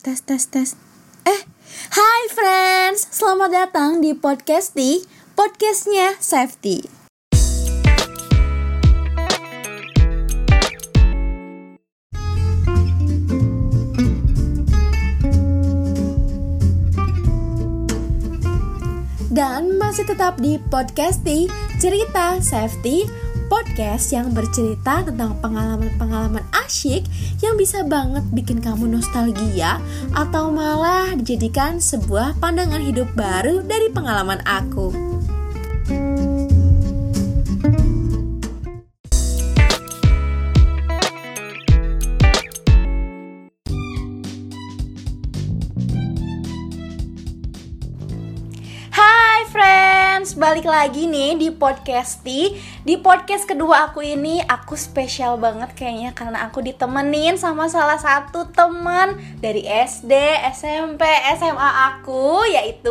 Tes. Hai friends, selamat datang di podcastnya Safety. Dan masih tetap di cerita Safety, podcast yang bercerita tentang pengalaman-pengalaman asyik yang bisa banget bikin kamu nostalgia atau malah dijadikan sebuah pandangan hidup baru dari pengalaman aku. Balik lagi nih di podcast kedua aku ini. Aku spesial banget kayaknya karena aku ditemenin sama salah satu teman dari SD, SMP, SMA aku, yaitu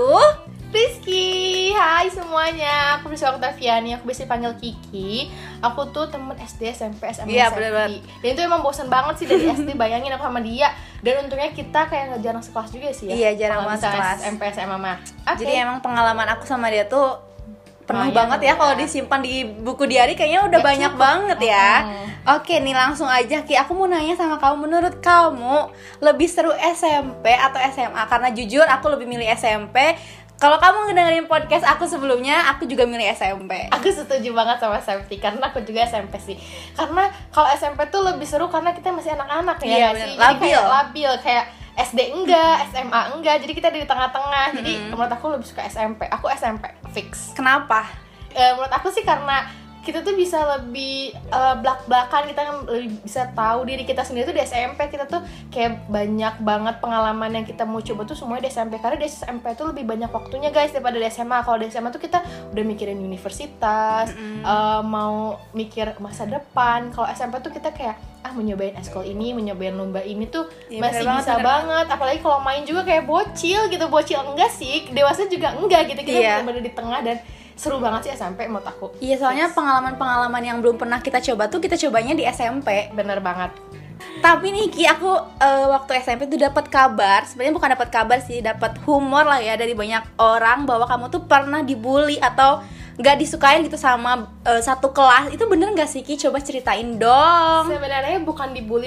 Rizky. Hai semuanya, aku Rizky Oktaviani, aku biasa dipanggil Kiki. Aku tuh temen SD, SMP, SMA, SMP. Dan itu emang bosan banget sih dari SD, bayangin aku sama dia. Dan untungnya kita kayak gak jarang sekelas juga sih ya. Iya, jarang masuk kelas SMP, SMA mah. Jadi emang pengalaman aku sama dia tuh penuh banget ya. Kalau disimpan di buku diary kayaknya udah banyak banget ya. Oke nih, langsung aja Ki, aku mau nanya sama kamu, menurut kamu lebih seru SMP atau SMA? Karena jujur aku lebih milih SMP. Kalau kamu ngedengerin podcast aku sebelumnya, aku juga milih SMP. Aku setuju banget sama Safety, karena aku juga SMP sih. Karena kalau SMP tuh lebih seru karena kita masih anak-anak ya, iya, sih. Labil kayak SD enggak, SMA enggak, jadi kita di tengah-tengah. Jadi menurut aku lebih suka SMP. Aku SMP fix. Kenapa? Menurut aku sih karena kita tuh bisa lebih belak-belakan, kita lebih bisa tahu diri kita sendiri tuh di SMP. Kita tuh kayak banyak banget pengalaman yang kita mau coba tuh semuanya di SMP. Karena di SMP tuh lebih banyak waktunya guys daripada di SMA. Kalau di SMA tuh kita udah mikirin universitas, mau mikir masa depan. Kalau SMP tuh kita kayak mau nyobain eskul ini, mau nyobain lomba ini tuh ya, masih bisa banget. Apalagi kalau main juga kayak bocil gitu. Bocil enggak sih, dewasa juga enggak gitu. Kita bener-bener di tengah dan seru banget sih SMP menurut aku. Iya, soalnya pengalaman-pengalaman yang belum pernah kita coba tuh kita cobanya di SMP. Bener banget. Tapi nih Ki, aku waktu SMP tuh dapat kabar, sebenarnya bukan dapat kabar sih, dapat humor lah ya dari banyak orang bahwa kamu tuh pernah dibully atau nggak disukain gitu sama satu kelas. Itu bener nggak sih Ki? Coba ceritain dong. Sebenarnya bukan dibully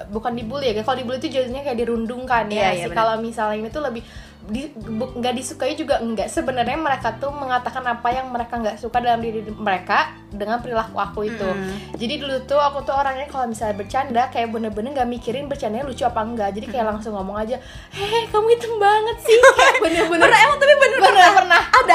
ya. Kalau dibully itu jadinya kayak dirundungkan ya. Kalau misalnya ini tuh lebih nggak disukai juga enggak. Sebenarnya mereka tuh mengatakan apa yang mereka nggak suka dalam diri mereka dengan perilaku aku itu. Jadi dulu tuh aku tuh orangnya kalau misalnya bercanda kayak bener-bener nggak mikirin bercandanya lucu apa enggak. Jadi kayak langsung ngomong aja, "Heh, kamu hitam banget sih." Kayak bener-bener. Emang tapi bener pernah. Ada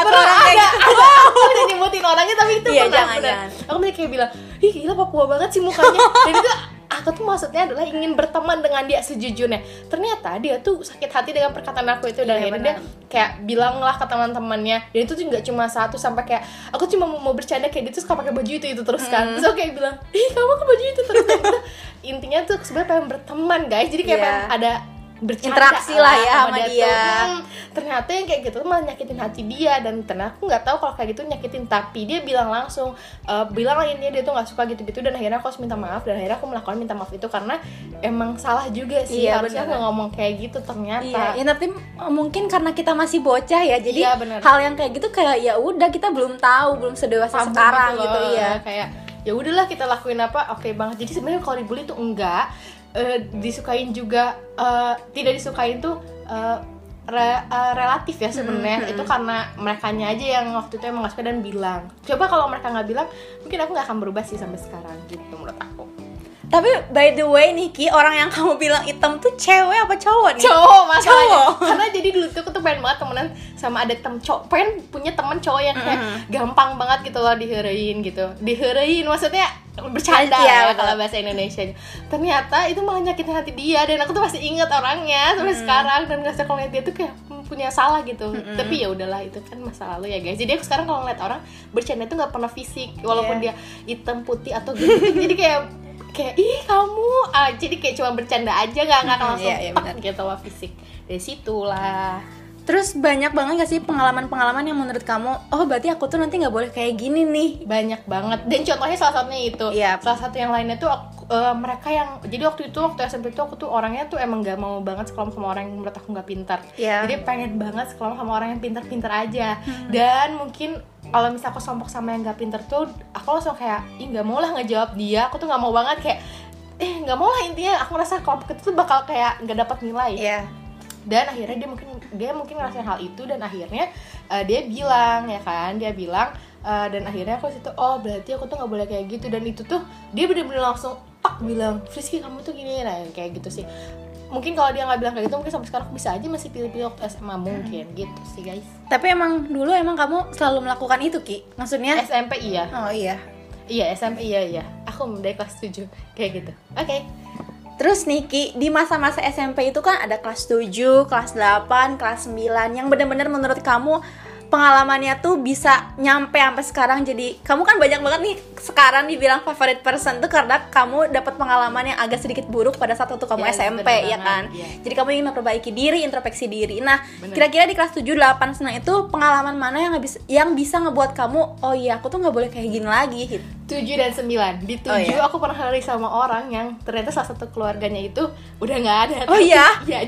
aku udah nyebutin orangnya tapi itu jangan. Aku kayak bilang, "Ih, gila Papua banget sih mukanya." Dan itu aku tuh maksudnya adalah ingin berteman dengan dia sejujurnya. Ternyata dia tuh sakit hati dengan perkataan aku itu. Dan akhirnya dia kayak bilang lah ke teman-temannya. Dan itu tuh gak cuma satu, sampai kayak aku cuma mau bercanda kayak dia tuh suka pakai baju itu terus kan. Terus aku kayak bilang, "Ih, kamu pakai baju itu terus." Intinya tuh sebenarnya pengen berteman guys. Jadi kayak pengen ada bercanda, interaksi lah ya sama dia. Ternyata yang kayak gitu malah nyakitin hati dia. Dan ternyata aku nggak tahu kalau kayak gitu nyakitin, tapi dia bilang langsung bilang lah intinya dia tuh nggak suka gitu-gitu. Dan akhirnya aku harus minta maaf, dan akhirnya aku melakukan minta maaf itu karena emang salah juga sih. Harusnya aku ngomong kayak gitu ternyata. Ya tapi mungkin karena kita masih bocah ya, jadi hal yang kayak gitu kayak ya udah, kita belum tahu, belum sedewasa sekarang gitu ya. Kayak ya udahlah kita lakuin apa, oke banget. Jadi sebenarnya kalau dibully tuh enggak, disukain juga tidak disukain tuh relatif ya sebenarnya. Itu karena merekanya aja yang waktu itu emang gak suka dan bilang. Coba kalau mereka nggak bilang, mungkin aku nggak akan berubah sih sampai sekarang gitu menurut aku. Tapi by the way nih Ki, orang yang kamu bilang hitam tuh cewek apa cowok nih? Cowok masalahnya. Karena jadi dulu tuh aku tuh pengen banget temenan sama ada pengen punya teman cowok yang kayak gampang banget gitu loh diherein gitu. Diherein maksudnya bercanda ya kalau bahasa Indonesia. Ternyata itu malah nyakitin hati dia, dan aku tuh masih inget orangnya sampai sekarang, dan ngerasa kalau lihat dia tuh kayak punya salah gitu. Tapi ya udahlah, itu kan masa lalu ya guys. Jadi aku sekarang kalau ngeliat orang bercanda itu nggak pernah fisik, walaupun dia hitam putih atau gitu. Jadi kayak ih kamu, jadi kayak cuma bercanda aja, nggak langsung gitu loh fisik. Dari situlah. Terus banyak banget gak sih pengalaman-pengalaman yang menurut kamu, oh berarti aku tuh nanti gak boleh kayak gini nih? Banyak banget, dan contohnya salah satunya itu. Salah satu yang lainnya tuh mereka yang jadi waktu SMP itu aku tuh orangnya tuh emang gak mau banget sekelompok sama orang yang menurut aku gak pintar. Jadi pengen banget sekelompok sama orang yang pintar-pintar aja. Dan mungkin kalau misalnya aku sekelompok sama yang gak pintar tuh aku langsung kayak gak mau lah ngejawab dia, aku tuh gak mau banget kayak gak mau lah, intinya aku ngerasa kelompok itu tuh bakal kayak gak dapat nilai. Dan akhirnya dia mungkin ngerasain hal itu, dan akhirnya dia bilang dan akhirnya aku situ, oh berarti aku tuh nggak boleh kayak gitu. Dan itu tuh dia bener-bener langsung bilang, Frisky kamu tuh gini, nah kayak gitu sih. Mungkin kalau dia nggak bilang kayak gitu, mungkin sampai sekarang aku bisa aja masih pilih-pilih waktu SMA mungkin gitu sih guys. Tapi emang dulu kamu selalu melakukan itu Ki? Maksudnya SMP iya. Oh iya. Iya SMP iya. Aku dari kelas 7 kayak gitu. Oke. Terus nih Ki, di masa-masa SMP itu kan ada kelas 7, kelas 8, kelas 9 yang benar-benar menurut kamu pengalamannya tuh bisa nyampe sampai sekarang. Jadi kamu kan banyak banget nih sekarang dibilang favorite person tuh karena kamu dapat pengalaman yang agak sedikit buruk pada saat waktu kamu SMP ya kan. Jadi kamu ingin memperbaiki diri, introspeksi diri. Nah, kira-kira di kelas 7, 8, 9 itu pengalaman mana yang bisa ngebuat kamu, oh iya aku tuh nggak boleh kayak gini lagi gitu. 7 dan 9. Di 7 aku pernah lari sama orang yang ternyata salah satu keluarganya itu udah nggak ada. Oh iya? Iya,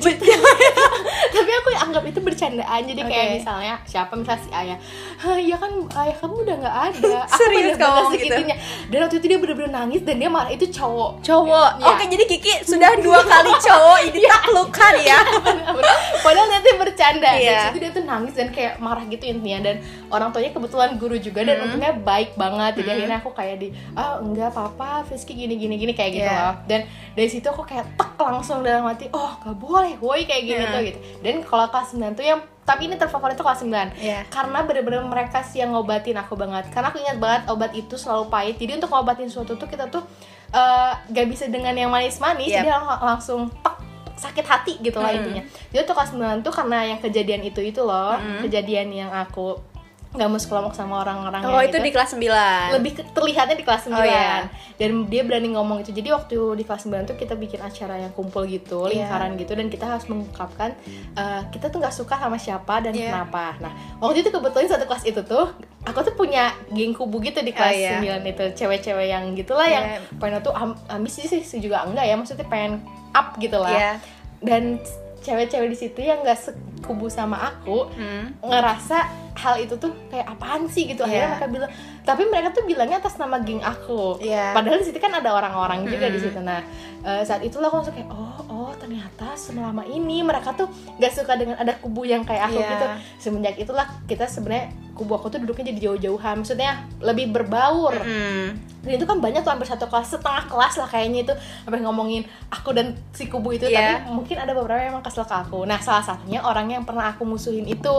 tapi aku anggap itu bercandaan. Jadi kayak misalnya misalnya si ayah, iya kan ayah kamu udah nggak ada. Serius kamu gitu? Dan waktu itu dia bener-bener nangis dan dia marah, itu cowok. Oke, jadi Kiki sudah 2 kali cowok ini taklukan ya. Padahal dia bercanda. Dan situ dia tuh nangis dan kayak marah gitu intinya. Dan orang tuanya kebetulan guru juga dan untungnya baik banget. Jadi akhirnya aku kayak enggak apa-apa, Frisky gini kayak gitu loh. Dan dari situ aku kayak langsung dalam hati, oh gak boleh woi kayak gini tuh gitu. Dan kalau kelas 9 tuh yang tapi ini terfavorit tuh kelas 9 karena bener-bener mereka sih yang ngobatin aku banget. Karena aku ingat banget obat itu selalu pahit. Jadi untuk ngobatin suatu tuh kita tuh gak bisa dengan yang manis-manis. Jadi langsung sakit hati gitu lah intinya. Jadi untuk kelas 9 tuh karena yang kejadian itu loh, kejadian yang aku gak mau sekelompok sama orang-orang itu di kelas 9. Lebih terlihatnya di kelas 9. Dan dia berani ngomong itu. Jadi waktu di kelas 9 tuh kita bikin acara yang kumpul gitu, lingkaran gitu, dan kita harus mengungkapkan kita tuh gak suka sama siapa dan kenapa. Nah, waktu itu kebetulan satu kelas itu tuh aku tuh punya geng kubu gitu di kelas 9 itu, cewek-cewek yang gitulah yang pengen tuh ambis sih juga enggak ya, maksudnya pengen up gitu lah. Dan cewek-cewek di situ yang gak sekubu sama aku ngerasa hal itu tuh kayak apaan sih gitu. Akhirnya mereka bilang, tapi mereka tuh bilangnya atas nama geng aku. Padahal di situ kan ada orang-orang juga di situ. Nah, saat itulah aku langsung kayak oh ternyata selama ini mereka tuh gak suka dengan ada kubu yang kayak aku gitu. Semenjak itulah kita sebenarnya kubu aku tuh duduknya jadi jauh-jauhan, maksudnya lebih berbaur. Dan itu kan banyak tuh, hampir satu kelas, setengah kelas lah kayaknya itu sampai ngomongin aku dan si kubu itu. Tapi mungkin ada beberapa yang emang kesel ke aku. Nah, salah satunya orang yang pernah aku musuhin itu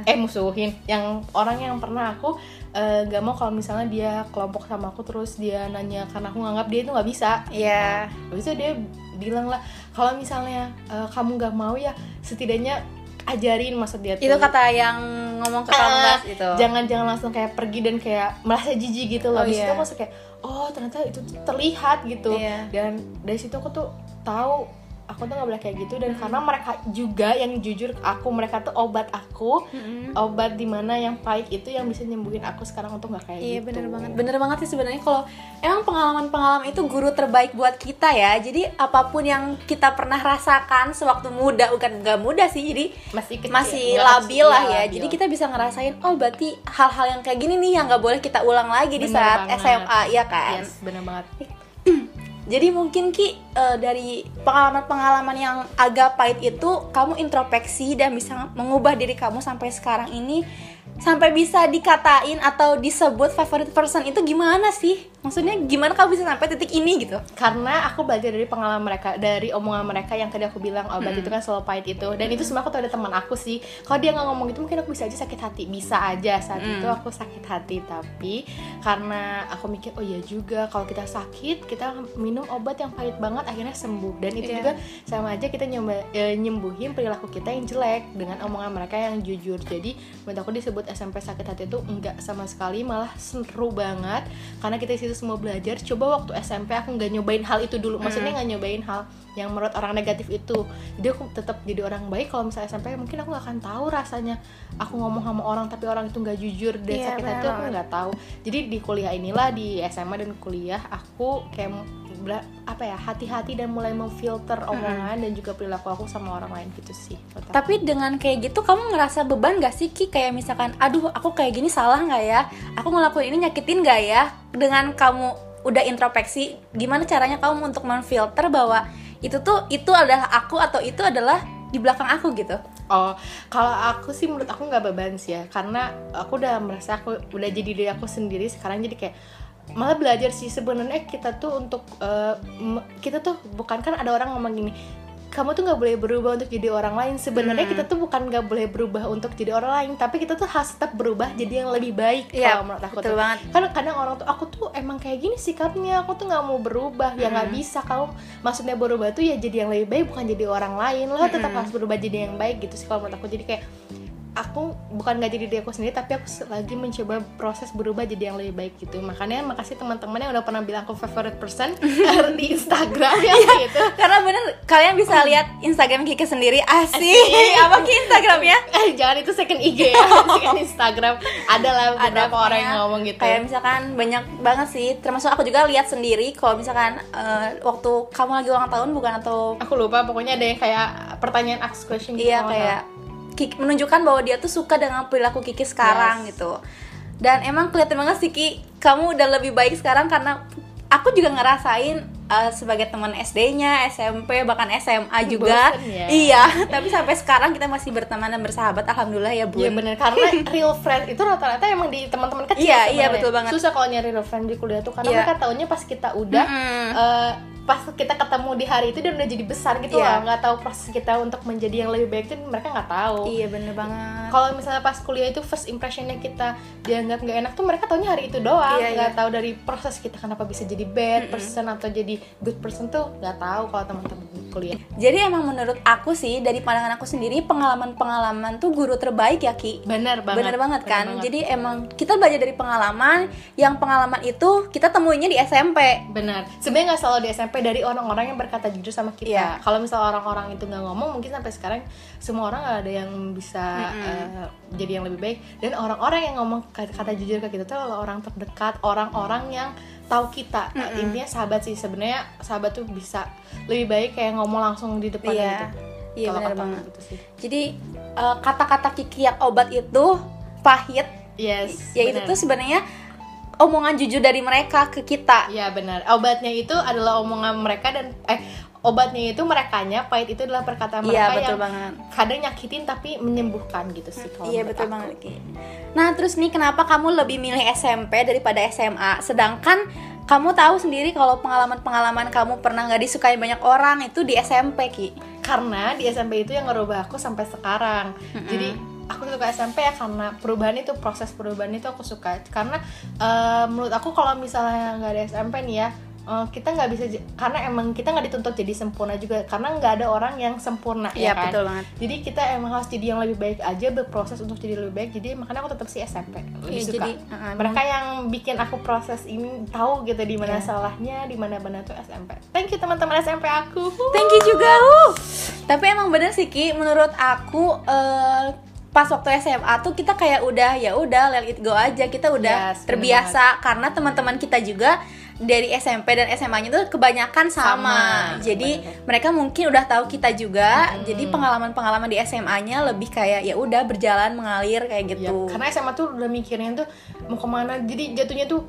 yang orang yang pernah aku gak mau kalau misalnya dia kelompok sama aku terus dia nanya karena aku nganggap dia itu gak bisa. Habis itu dia bilang lah, kalau misalnya kamu gak mau ya setidaknya ajarin, maksud dia tuh. Itu kata yang ngomong ke kamu itu. Jangan langsung kayak pergi dan kayak merasa jijik gitu loh. Habis itu aku langsung kayak, oh ternyata itu tuh terlihat gitu. Dan dari situ aku tuh tahu aku tuh gak boleh kayak gitu. Dan karena mereka juga yang jujur ke aku, mereka tuh obat aku, obat dimana yang pahit itu yang bisa nyembuhin aku sekarang untuk gak kayak gitu. Bener banget sih sebenarnya. Kalau emang pengalaman itu guru terbaik buat kita ya. Jadi apapun yang kita pernah rasakan sewaktu muda, bukan gak muda sih, jadi masih labil lah ya. Jadi kita bisa ngerasain, oh berarti hal-hal yang kayak gini nih yang gak boleh kita ulang lagi di saat SMA, ya kan? Bener banget. Jadi mungkin Ki, dari pengalaman-pengalaman yang agak pahit itu kamu introspeksi dan bisa mengubah diri kamu sampai sekarang ini, sampai bisa dikatain atau disebut favorite person itu gimana sih? Maksudnya gimana kamu bisa sampai titik ini gitu? Karena aku belajar dari pengalaman mereka, dari omongan mereka yang tadi aku bilang obat itu kan selalu pahit itu. Dan itu semua aku tahu dari teman aku sih. Kalau dia nggak ngomong itu mungkin aku bisa aja sakit hati. Bisa aja saat itu aku sakit hati. Tapi karena aku mikir, oh iya juga kalau kita sakit kita minum obat yang pahit banget akhirnya sembuh. Dan itu juga sama aja kita nyembuhin perilaku kita yang jelek dengan omongan mereka yang jujur. Jadi menurut aku disebut SMP sakit hati itu enggak sama sekali, malah seru banget karena kita disitu semua belajar. Coba waktu SMP aku nggak nyobain hal itu dulu, maksudnya nggak nyobain hal yang menurut orang negatif itu. Jadi aku tetap jadi orang baik. Kalau misalnya SMP mungkin aku nggak akan tahu rasanya aku ngomong sama orang tapi orang itu nggak jujur dan sakit hati, aku nggak tahu. Jadi di kuliah inilah, di SMA dan kuliah aku kayak hati-hati dan mulai memfilter omongan dan juga perilaku aku sama orang lain gitu sih. Tapi dengan kayak gitu kamu ngerasa beban gak sih Ki? Kayak misalkan, aduh aku kayak gini salah gak ya? Aku ngelakuin ini nyakitin gak ya? Dengan kamu udah introspeksi, gimana caranya kamu untuk memfilter bahwa itu adalah aku atau itu adalah di belakang aku gitu? Oh, kalau aku sih menurut aku nggak beban sih ya, karena aku udah merasa aku udah jadi diri aku sendiri sekarang, jadi kayak malah belajar sih sebenarnya kita tuh untuk kita tuh bukan, kan ada orang ngomong gini, kamu tuh nggak boleh berubah untuk jadi orang lain. Sebenarnya kita tuh bukan nggak boleh berubah untuk jadi orang lain, tapi kita tuh harus tetap berubah jadi yang lebih baik. Kalau menurut aku tuh banget. Kan kadang orang tuh, aku tuh emang kayak gini sikapnya, aku tuh nggak mau berubah. Ya nggak bisa. Kalau maksudnya berubah tuh ya jadi yang lebih baik, bukan jadi orang lain. Lo tetap harus berubah jadi yang baik gitu sih kalau menurut aku. Jadi kayak aku bukan gak jadi diri aku sendiri, tapi aku lagi mencoba proses berubah jadi yang lebih baik gitu. Makanya makasih teman-teman yang udah pernah bilang aku favorite person di Instagram ya gitu. Karena bener, kalian bisa lihat Instagram Kiki sendiri. Asik. Apa Ki Instagramnya? Jangan, itu second IG ya. Second Instagram. Ada lah beberapa orang yang ngomong gitu. Kayak misalkan banyak banget sih. Termasuk aku juga lihat sendiri. Kalau misalkan waktu kamu lagi ulang tahun bukan, atau aku lupa, pokoknya ada yang kayak pertanyaan ask question gitu. Iya, kayak Kiki menunjukkan bahwa dia tuh suka dengan perilaku Kiki sekarang gitu. Dan emang kelihatan banget sih Ki, kamu udah lebih baik sekarang, karena aku juga ngerasain sebagai teman SD-nya, SMP, bahkan SMA juga. Bosen, ya? Iya, tapi sampai sekarang kita masih berteman dan bersahabat, alhamdulillah ya Bun. Iya benar, karena real friend itu rata-rata emang di teman-teman kecil. Iya betul banget. Susah kalau nyari real friend di kuliah tuh, karena mereka taunya pas kita udah pas kita ketemu di hari itu dan udah jadi besar gitu loh, nggak tahu proses kita untuk menjadi yang lebih baik itu mereka nggak tahu. Iya bener banget. Kalau misalnya pas kuliah itu first impressionnya kita dianggap nggak enak tuh, mereka taunya hari itu doang, nggak tahu dari proses kita kenapa bisa jadi bad person atau jadi good person tuh nggak tahu kalau teman-teman kuliah. Jadi emang menurut aku sih, dari pandangan aku sendiri, pengalaman tuh guru terbaik ya Ki. Bener banget kan. Jadi emang kita belajar dari pengalaman, yang pengalaman itu kita temuinnya di SMP. Benar. Sebenarnya nggak selalu di SMP, dari orang-orang yang berkata jujur sama kita. Kalau misalnya orang-orang itu nggak ngomong, mungkin sampai sekarang semua orang nggak ada yang bisa jadi yang lebih baik. Dan orang-orang yang ngomong kata jujur ke kita tuh adalah orang terdekat, orang-orang yang tahu kita. Intinya sahabat sih. Sebenarnya sahabat tuh bisa lebih baik kayak ngomong langsung di depannya gitu. Iya benar banget gitu sih. Jadi kata-kata Kiki yang obat itu pahit. Yes. Ya itu tuh sebenarnya omongan jujur dari mereka ke kita. Iya benar. Obatnya itu adalah omongan mereka, dan obatnya itu merekanya, pahit itu adalah perkataan mereka yang banget. Kadang nyakitin tapi menyembuhkan gitu sih kalau Iya betul banget Ki. Nah terus nih, kenapa kamu lebih milih SMP daripada SMA? Sedangkan kamu tahu sendiri kalau pengalaman-pengalaman kamu pernah gak disukai banyak orang itu di SMP Ki. Karena di SMP itu yang ngerubah aku sampai sekarang. Jadi aku suka SMP ya karena perubahan itu, proses perubahan itu aku suka. Karena menurut aku kalau misalnya nggak ada SMP nih ya, kita nggak bisa, karena emang kita nggak dituntut jadi sempurna juga, karena nggak ada orang yang sempurna. Ya kan? Betul banget. Jadi kita emang harus jadi yang lebih baik aja, berproses untuk jadi lebih baik. Jadi makanya aku tetap sih SMP lebih suka. Jadi, mereka yang bikin aku proses ini tahu gitu di mana salahnya, di mana benar tuh SMP. Thank you teman-teman SMP aku. Thank you juga. Tapi emang bener sih Ki, menurut aku pas waktu SMA tuh kita kayak udah let it go aja, kita udah terbiasa karena teman-teman kita juga dari SMP dan SMA-nya tuh kebanyakan sama. Jadi mereka mungkin udah tahu kita juga. Jadi pengalaman-pengalaman di SMA-nya lebih kayak ya udah berjalan mengalir kayak gitu. Karena SMA tuh udah mikirnya tuh mau kemana. Jadi jatuhnya tuh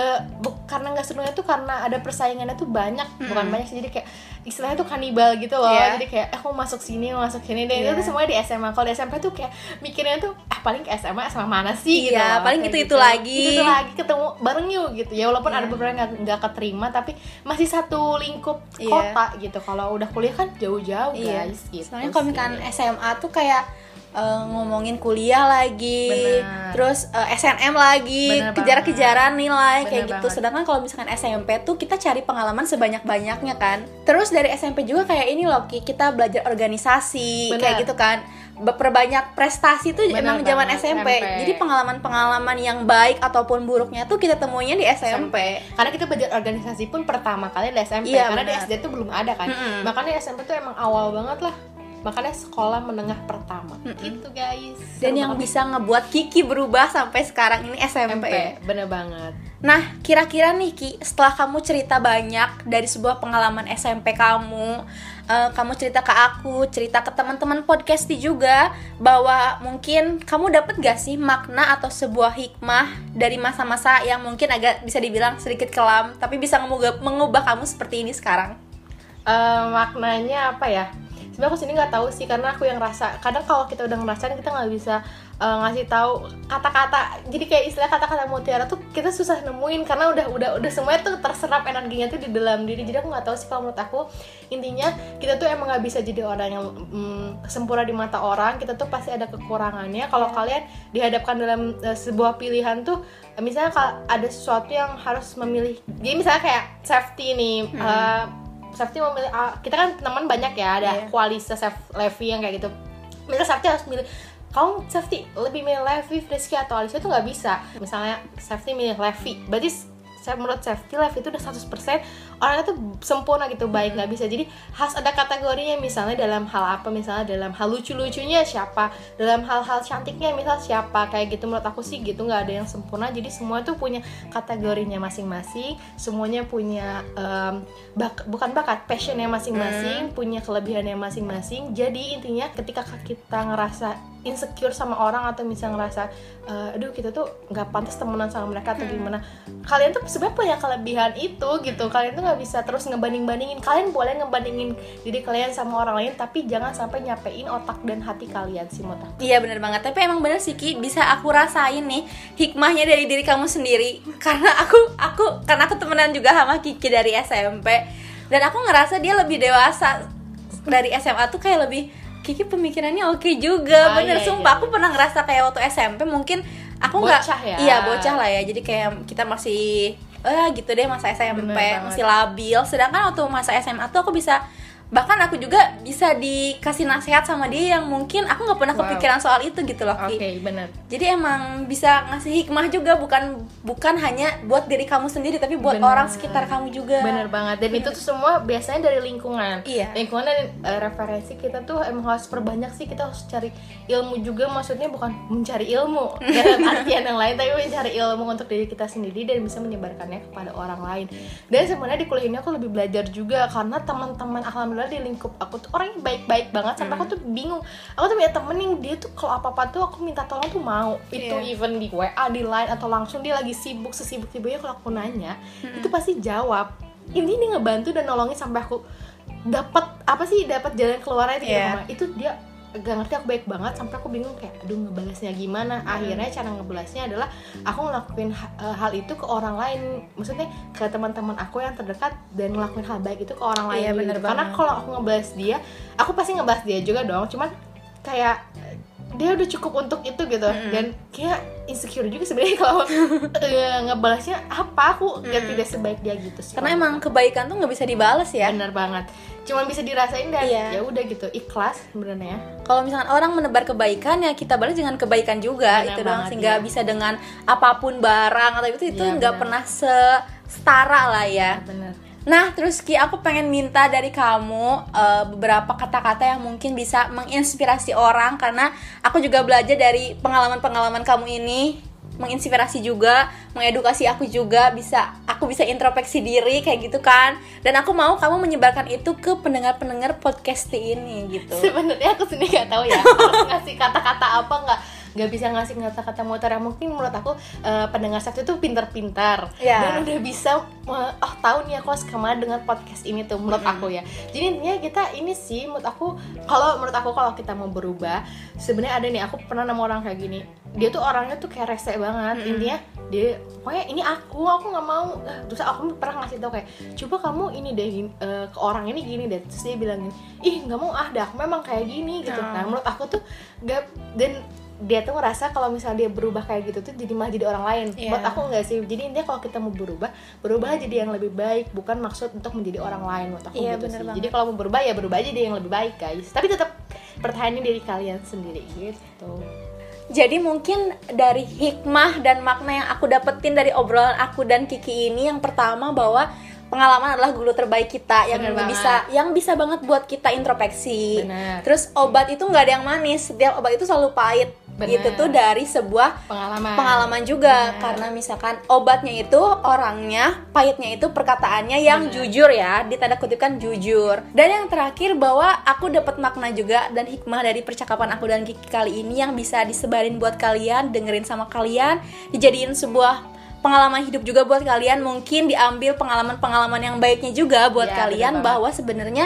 karena nggak serunya tuh karena ada persaingannya tuh banyak, bukan banyak sih. Jadi kayak istilahnya tuh kanibal gitu loh. Jadi kayak aku masuk sini dan itu semuanya di SMA. Kalau di SMP tuh kayak mikirnya tuh paling ke SMA mana sih gitu. Paling itu gitu. lagi ketemu bareng yuk gitu. Ya walaupun ada beberapa yang nggak keterima, tapi masih satu lingkup kota gitu. Kalau udah kuliah kan jauh-jauh guys gitu. Soalnya kalau misalkan SMA tuh kayak ngomongin kuliah lagi, terus SNM lagi, kejar-kejaran nilai kayak gitu. Sedangkan kalau misalkan SMP tuh kita cari pengalaman sebanyak-banyaknya kan. Terus dari SMP juga kayak ini loh, kita belajar organisasi kayak gitu kan. Perbanyak prestasi tuh emang zaman SMP. Jadi pengalaman-pengalaman yang baik ataupun buruknya tuh kita temuinya di SMP. Karena kita belajar organisasi pun pertama kali di SMP. Karena di SD tuh belum ada kan. Makanya SMP tuh emang awal banget lah. makanya sekolah menengah pertama. Gitu guys. Dan yang bisa ngebuat Kiki berubah sampai sekarang ini SMP. Bener banget. Nah, kira-kira nih Ki, setelah kamu cerita banyak dari sebuah pengalaman SMP kamu, kamu cerita ke aku, cerita ke teman-teman podcasti juga, bahwa mungkin kamu dapat gak sih makna atau sebuah hikmah dari masa-masa yang mungkin agak bisa dibilang sedikit kelam, tapi bisa mengubah kamu seperti ini sekarang? Maknanya apa ya? Sebenarnya aku sini nggak tahu sih, karena aku yang rasa. Kadang kalau kita udah ngerasain, kita nggak bisa ngasih tahu kata-kata. Jadi kayak istilah kata-kata mutiara tuh kita susah nemuin, karena udah semuanya tuh terserap energinya tuh di dalam diri. Jadi aku nggak tahu sih, kalau menurut aku intinya kita tuh emang nggak bisa jadi orang yang sempurna di mata orang. Kita tuh pasti ada kekurangannya. Kalau kalian dihadapkan dalam sebuah pilihan tuh, misalnya kalau ada sesuatu yang harus memilih, jadi misalnya kayak safety nih. Safety memilih, kita kan teman banyak ya, ada Koalisa, Levi yang kayak gitu. Misalnya Safety harus milih, kamu Safety lebih milih Levi, Rizky atau Alicia, itu nggak bisa. Misalnya Safety milih Levi, berarti menurut Safety, Levi itu udah 100% orangnya tuh sempurna gitu, baik, nggak bisa. Jadi harus ada kategorinya, misalnya dalam hal apa, misalnya dalam hal lucu-lucunya siapa, dalam hal-hal cantiknya misal siapa, kayak gitu. Menurut aku sih gitu, nggak ada yang sempurna. Jadi semua tuh punya kategorinya masing-masing, semuanya punya bukan bakat, passionnya masing-masing, punya kelebihannya masing-masing. Jadi intinya ketika kita ngerasa insecure sama orang, atau misalnya ngerasa aduh kita tuh nggak pantas temenan sama mereka atau gimana, kalian tuh sebenarnya punya kelebihan itu gitu. Kalian tuh nggak bisa terus ngebanding-bandingin. Kalian boleh ngebandingin diri kalian sama orang lain, tapi jangan sampai nyapein otak dan hati kalian sih, Mota. Iya benar banget. Tapi emang bener sih Ki, bisa aku rasain nih hikmahnya dari diri kamu sendiri. Karena aku temenan juga sama Kiki dari SMP, dan aku ngerasa dia lebih dewasa dari SMA tuh, kayak lebih Kiki pemikirannya oke juga. Bener, sumpah. Aku pernah ngerasa kayak waktu SMP mungkin aku nggak, bocah lah ya. Jadi kayak kita masih gitu deh, masa SMP masih labil. Sedangkan waktu masa SMA tuh aku bisa, bahkan aku juga bisa dikasih nasihat sama dia yang mungkin aku nggak pernah kepikiran soal itu gitu loh Ki. Bener. Jadi emang bisa ngasih hikmah juga, bukan hanya buat diri kamu sendiri, tapi buat orang sekitar kamu juga. Bener banget. Dan itu tuh semua biasanya dari lingkungan. Lingkungan dan referensi kita tuh emang harus perbanyak sih. Kita harus cari ilmu juga, maksudnya bukan mencari ilmu dalam artian yang lain, tapi mencari ilmu untuk diri kita sendiri dan bisa menyebarkannya kepada orang lain. Dan sebenarnya di kuliah ini aku lebih belajar juga, karena teman-teman alhamdulillah di lingkup aku tuh orangnya baik-baik banget, sampai aku tuh bingung. Aku tuh punya temen yang dia tuh kalau apa-apa tuh aku minta tolong tuh mau. Itu even di WA, di Line, atau langsung dia lagi sesibuk-sibuknya kalau aku nanya, itu pasti jawab. Ini ngebantu dan nolongin sampai aku dapat jalan keluarnya itu dia gak ngerti aku baik banget, sampai aku bingung kayak aduh ngebalasnya gimana. Akhirnya cara ngebalasnya adalah aku ngelakuin hal itu ke orang lain, maksudnya ke teman-teman aku yang terdekat, dan ngelakuin hal baik itu ke orang lain. Karena kalau aku ngebalas dia, aku pasti ngebalas dia juga dong, cuman kayak dia udah cukup untuk itu gitu. Dan kayak insecure juga sebenarnya kalau ngebalasnya apa, aku tidak sebaik dia gitu sih. Karena emang kebaikan tuh nggak bisa dibalas ya. Bener banget, cuma bisa dirasain dan ya udah gitu, ikhlas sebenarnya. Kalau misalkan orang menebar kebaikan, ya kita balas dengan kebaikan juga. Bener itu dong, sehingga bisa dengan apapun barang atau itu nggak pernah setara lah ya. Bener. Nah, terus Ki, aku pengen minta dari kamu beberapa kata-kata yang mungkin bisa menginspirasi orang, karena aku juga belajar dari pengalaman-pengalaman kamu ini, menginspirasi juga, mengedukasi aku juga, aku bisa introspeksi diri kayak gitu kan. Dan aku mau kamu menyebarkan itu ke pendengar-pendengar podcast ini gitu. Sebenarnya aku sendiri nggak tahu ya harus ngasih kata-kata apa, nggak bisa ngasih kata-kata muter. Mungkin menurut aku pendengar Safety itu pintar-pintar dan udah bisa tahu nih aku harus kemana dengan podcast ini tuh, menurut aku ya. Jadi intinya kita ini sih, menurut aku kalau kita mau berubah, sebenarnya ada nih, aku pernah nemu orang kayak gini. Dia tuh orangnya tuh kayak rese banget. Intinya dia pokoknya ini aku nggak mau. Terus aku pernah ngasih tau kayak, coba kamu ini deh ke orang ini gini deh. Terus dia bilang gini, ih nggak mau aku memang kayak gini gitu. Nah menurut aku tuh dan dia tuh ngerasa kalau misalnya dia berubah kayak gitu tuh jadi malah jadi orang lain. Buat aku enggak sih. Jadi intinya kalau kita mau berubah jadi yang lebih baik, bukan maksud untuk menjadi orang lain. Buat aku gitu sih. Banget. Jadi kalau mau berubah ya berubah aja jadi yang lebih baik guys. Tapi tetap pertahanin diri kalian sendiri gitu. Jadi mungkin dari hikmah dan makna yang aku dapetin dari obrolan aku dan Kiki ini, yang pertama bahwa pengalaman adalah guru terbaik kita yang Bener bisa banget buat kita introspeksi. Bener. Terus obat itu nggak ada yang manis, setiap obat itu selalu pahit. Bener. Itu tuh dari sebuah pengalaman juga. Bener. Karena misalkan obatnya itu orangnya, pahitnya itu perkataannya yang jujur ya, ditanda kutipkan jujur. Dan yang terakhir bahwa aku dapat makna juga dan hikmah dari percakapan aku dan Kiki kali ini yang bisa disebarin buat kalian, dengerin sama kalian, dijadiin sebuah pengalaman hidup juga buat kalian. Mungkin diambil pengalaman-pengalaman yang baiknya juga buat kalian, bahwa sebenarnya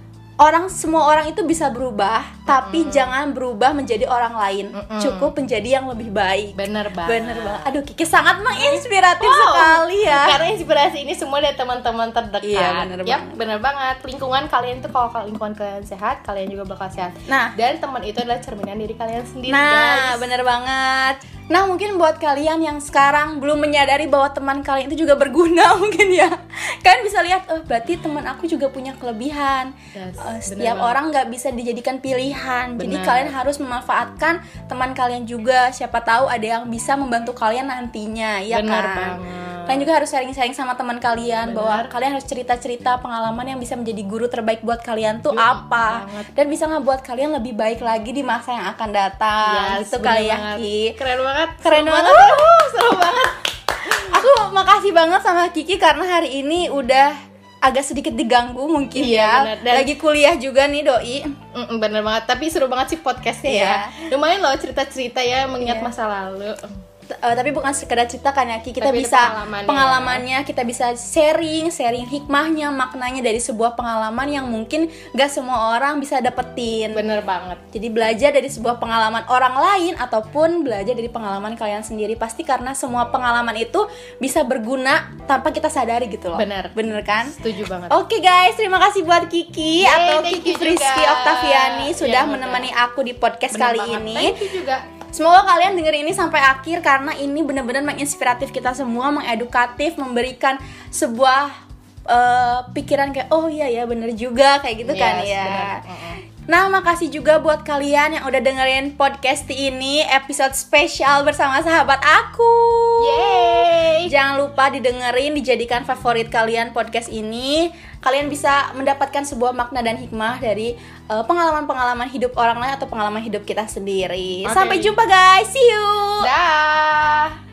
semua orang itu bisa berubah, tapi jangan berubah menjadi orang lain. Cukup menjadi yang lebih baik. Bener banget. Aduh, Kiki sangat menginspiratif sekali ya. Karena inspirasi ini semua dari teman-teman terdekat. Iya, bener banget. Lingkungan kalian tuh, kalau lingkungan kalian sehat, kalian juga bakal sehat. Nah, dan teman itu adalah cerminan diri kalian sendiri, nah, guys. bener banget. Nah, mungkin buat kalian yang sekarang belum menyadari bahwa teman kalian itu juga berguna mungkin ya, kalian bisa lihat, oh berarti teman aku juga punya kelebihan. Setiap orang nggak bisa dijadikan pilihan. Jadi kalian harus memanfaatkan teman kalian juga. Siapa tahu ada yang bisa membantu kalian nantinya, ya kan? Kalian juga harus sharing-sharing sama teman kalian. Bahwa kalian harus cerita-cerita pengalaman yang bisa menjadi guru terbaik buat kalian tuh apa, dan bisa ngebuat kalian lebih baik lagi di masa yang akan datang. Gitu kali ya, Ki. Keren banget. Seru banget. Aku makasih banget sama Kiki karena hari ini udah agak sedikit diganggu mungkin ya. Lagi kuliah juga nih Doi. Bener banget, tapi seru banget sih podcastnya ya. Lumayan loh cerita-cerita ya, mengingat masa lalu. Tapi bukan sekedar cerita kan ya, kita tapi bisa pengalamannya, kita bisa sharing hikmahnya, maknanya dari sebuah pengalaman yang mungkin gak semua orang bisa dapetin. Bener banget. Jadi belajar dari sebuah pengalaman orang lain ataupun belajar dari pengalaman kalian sendiri, pasti karena semua pengalaman itu bisa berguna tanpa kita sadari gitu loh. Bener kan? Setuju banget. Oke guys, terima kasih buat Kiki atau Kiki Friski Oktaviani sudah menemani aku di podcast kali ini. Thank you juga. Semoga kalian dengerin ini sampai akhir karena ini benar-benar menginspiratif kita semua, mengedukatif, memberikan sebuah pikiran kayak oh iya ya bener juga kayak gitu kan ya. Nah, makasih juga buat kalian yang udah dengerin podcast ini, episode spesial bersama sahabat aku. Yeay. Jangan lupa didengerin, dijadikan favorit kalian podcast ini. Kalian bisa mendapatkan sebuah makna dan hikmah dari pengalaman-pengalaman hidup orang lain atau pengalaman hidup kita sendiri. Sampai jumpa guys, see you. Dah.